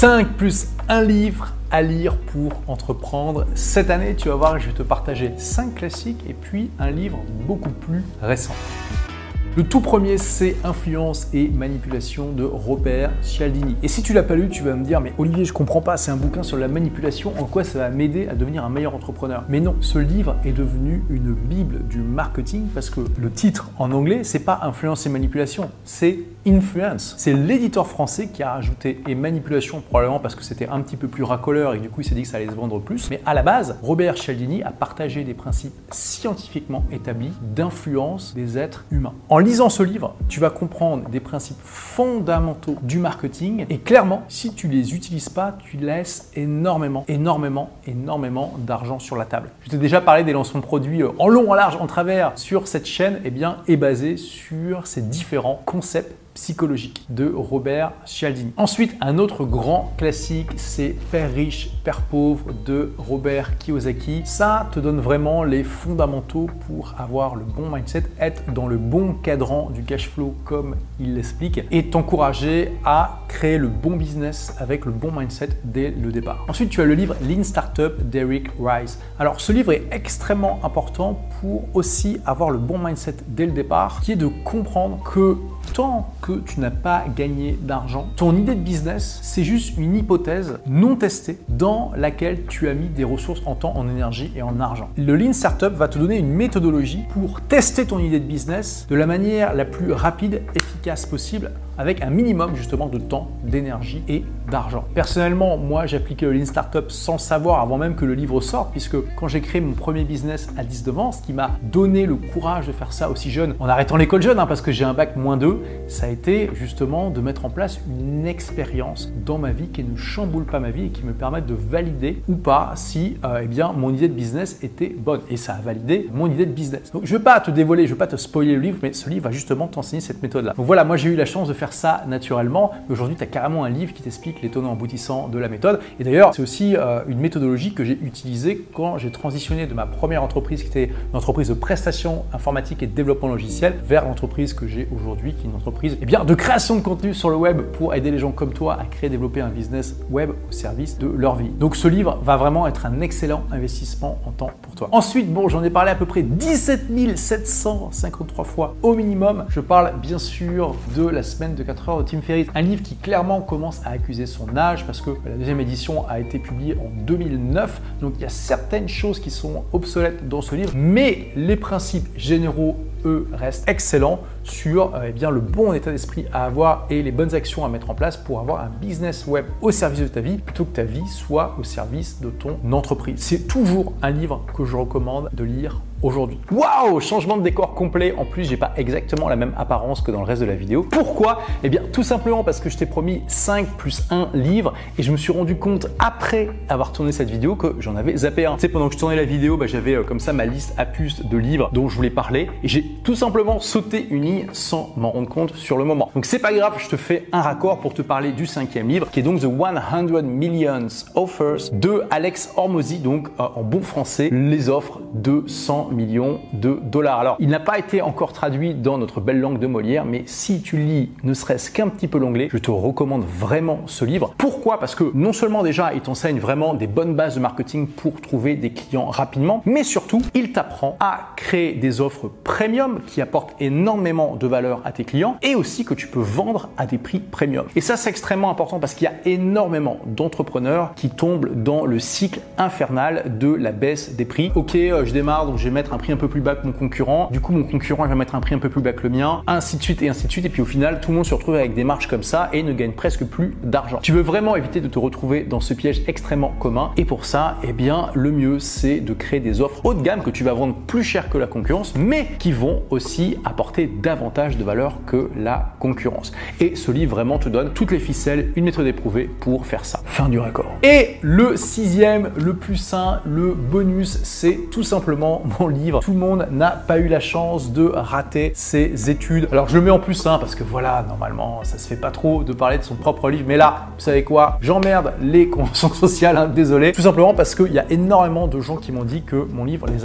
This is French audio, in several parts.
5 plus 1 livre à lire pour entreprendre. Cette année, tu vas voir, je vais te partager 5 classiques et puis un livre beaucoup plus récent. Le tout premier, c'est Influence et manipulation de Robert Cialdini. Et si tu l'as pas lu, tu vas me dire, mais Olivier, je comprends pas, c'est un bouquin sur la manipulation, en quoi ça va m'aider à devenir un meilleur entrepreneur? Mais non, ce livre est devenu une bible du marketing parce que le titre en anglais, c'est pas Influence et manipulation, c'est Influence. C'est l'éditeur français qui a rajouté et manipulation probablement parce que c'était un petit peu plus racoleur et du coup il s'est dit que ça allait se vendre plus. Mais à la base, Robert Cialdini a partagé des principes scientifiquement établis d'influence des êtres humains. En lisant ce livre, tu vas comprendre des principes fondamentaux du marketing et clairement, si tu les utilises pas, tu laisses énormément d'argent sur la table. Je t'ai déjà parlé des lancements de produits en long, en large, en travers sur cette chaîne, est basé sur ces différents concepts psychologique de Robert Cialdini. Ensuite, un autre grand classique, c'est Père riche, Père pauvre de Robert Kiyosaki. Ça te donne vraiment les fondamentaux pour avoir le bon mindset, être dans le bon cadran du cash flow comme il l'explique et t'encourager à créer le bon business avec le bon mindset dès le départ. Ensuite, tu as le livre Lean Startup d'Eric Ries. Alors, ce livre est extrêmement important pour aussi avoir le bon mindset dès le départ, qui est de comprendre que tant que tu n'as pas gagné d'argent, ton idée de business, c'est juste une hypothèse non testée dans laquelle tu as mis des ressources en temps, en énergie et en argent. Le Lean Startup va te donner une méthodologie pour tester ton idée de business de la manière la plus rapide, efficace possible, avec un minimum justement de temps, d'énergie et d'argent. Personnellement, moi j'appliquais le Lean Startup sans le savoir avant même que le livre sorte, puisque quand j'ai créé mon premier business à 19 ans, ce qui m'a donné le courage de faire ça aussi jeune, en arrêtant l'école jeune, parce que j'ai un bac -2, ça a été justement de mettre en place une expérience dans ma vie qui ne chamboule pas ma vie et qui me permette de valider ou pas si mon idée de business était bonne. Et ça a validé mon idée de business. Donc je ne vais pas te dévoiler, je ne vais pas te spoiler le livre, mais ce livre va justement t'enseigner cette méthode-là. Donc voilà, moi j'ai eu la chance de faire ça naturellement. Aujourd'hui, tu as carrément un livre qui t'explique les tenants aboutissants de la méthode. Et d'ailleurs, c'est aussi une méthodologie que j'ai utilisée quand j'ai transitionné de ma première entreprise qui était une entreprise de prestation informatique et de développement logiciel vers l'entreprise que j'ai aujourd'hui, qui est une entreprise de création de contenu sur le web pour aider les gens comme toi à créer et développer un business web au service de leur vie. Donc ce livre va vraiment être un excellent investissement en temps pour toi. Ensuite, j'en ai parlé à peu près 17 753 fois au minimum. Je parle bien sûr de La semaine de 4 heures de Tim Ferriss, un livre qui clairement commence à accuser son âge parce que la deuxième édition a été publiée en 2009, donc il y a certaines choses qui sont obsolètes dans ce livre, mais les principes généraux, eux, restent excellents sur le bon état d'esprit à avoir et les bonnes actions à mettre en place pour avoir un business web au service de ta vie plutôt que ta vie soit au service de ton entreprise. C'est toujours un livre que je recommande de lire aujourd'hui. Waouh, changement de décor complet. En plus, j'ai pas exactement la même apparence que dans le reste de la vidéo. Pourquoi? Tout simplement parce que je t'ai promis 5 plus 1 livre et je me suis rendu compte après avoir tourné cette vidéo que j'en avais zappé un. Tu sais, pendant que je tournais la vidéo, j'avais comme ça ma liste à puce de livres dont je voulais parler et j'ai tout simplement sauté une ligne sans m'en rendre compte sur le moment. Donc c'est pas grave, je te fais un raccord pour te parler du 5e livre qui est donc The 100 Millions Offers de Alex Hormozi, donc en bon français, les offres de 100 millions de dollars. Alors, il n'a pas été encore traduit dans notre belle langue de Molière, mais si tu lis ne serait-ce qu'un petit peu l'anglais, je te recommande vraiment ce livre. Pourquoi? Parce que non seulement déjà, il t'enseigne vraiment des bonnes bases de marketing pour trouver des clients rapidement, mais surtout, il t'apprend à créer des offres premium qui apportent énormément de valeur à tes clients et aussi que tu peux vendre à des prix premium. Et ça, c'est extrêmement important parce qu'il y a énormément d'entrepreneurs qui tombent dans le cycle infernal de la baisse des prix. Ok, je démarre, donc je vais mettre un prix un peu plus bas que mon concurrent. Du coup, mon concurrent va mettre un prix un peu plus bas que le mien, ainsi de suite et ainsi de suite. Et puis au final, tout le monde se retrouve avec des marges comme ça et ne gagne presque plus d'argent. Tu veux vraiment éviter de te retrouver dans ce piège extrêmement commun. Et pour ça, le mieux, c'est de créer des offres haut de gamme que tu vas vendre plus cher que la concurrence, mais qui vont aussi apporter davantage de valeur que la concurrence. Et ce livre vraiment te donne toutes les ficelles, une méthode éprouvée pour faire ça. Fin du raccord. Et le 6e, le plus sain, le bonus, c'est tout simplement mon livre. Tout le monde n'a pas eu la chance de rater ses études. Alors je le mets en plus parce que voilà, normalement ça se fait pas trop de parler de son propre livre, mais là, vous savez quoi, j'emmerde les conventions sociales, désolé. Tout simplement parce qu'il y a énormément de gens qui m'ont dit que mon livre les a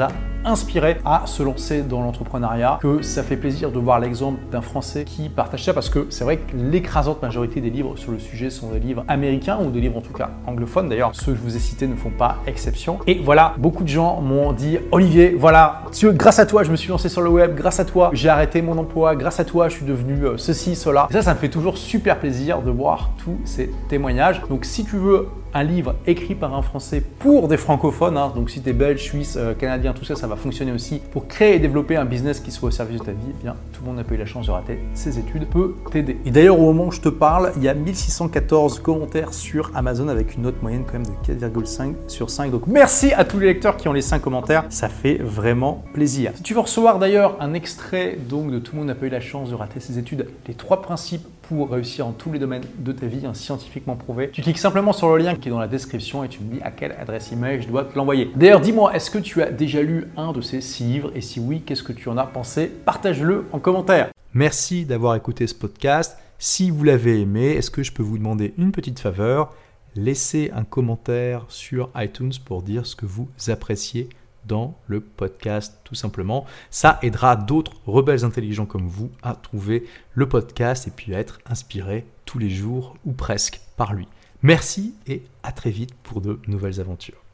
inspiré à se lancer dans l'entrepreneuriat, que ça fait plaisir de voir l'exemple d'un Français qui partage ça, parce que c'est vrai que l'écrasante majorité des livres sur le sujet sont des livres américains ou des livres en tout cas anglophones. D'ailleurs, ceux que je vous ai cités ne font pas exception. Et voilà, beaucoup de gens m'ont dit « Olivier, voilà, grâce à toi, je me suis lancé sur le web, grâce à toi, j'ai arrêté mon emploi, grâce à toi, je suis devenu ceci, cela. » Et ça me fait toujours super plaisir de voir tous ces témoignages. Donc si tu veux un livre écrit par un Français pour des francophones, donc si tu es belge, suisse, canadien, tout ça, ça va fonctionner aussi pour créer et développer un business qui soit au service de ta vie, eh bien tout le monde n'a pas eu la chance de rater ses études, peut t'aider. Et d'ailleurs, au moment où je te parle, il y a 1614 commentaires sur Amazon avec une note moyenne quand même de 4,5 sur 5. Donc merci à tous les lecteurs qui ont laissé un commentaire, ça fait vraiment plaisir. Si tu veux recevoir d'ailleurs un extrait donc de Tout le monde n'a pas eu la chance de rater ses études, les 3 principes pour réussir en tous les domaines de ta vie, scientifiquement prouvé, tu cliques simplement sur le lien qui est dans la description et tu me dis à quelle adresse email je dois te l'envoyer. D'ailleurs, dis-moi, est-ce que tu as déjà lu un de ces 6 livres et si oui, qu'est-ce que tu en as pensé? Partage-le en commentaire. Merci d'avoir écouté ce podcast. Si vous l'avez aimé, est-ce que je peux vous demander une petite faveur? Laissez un commentaire sur iTunes pour dire ce que vous appréciez dans le podcast, tout simplement. Ça aidera d'autres rebelles intelligents comme vous à trouver le podcast et puis à être inspirés tous les jours ou presque par lui. Merci et à très vite pour de nouvelles aventures.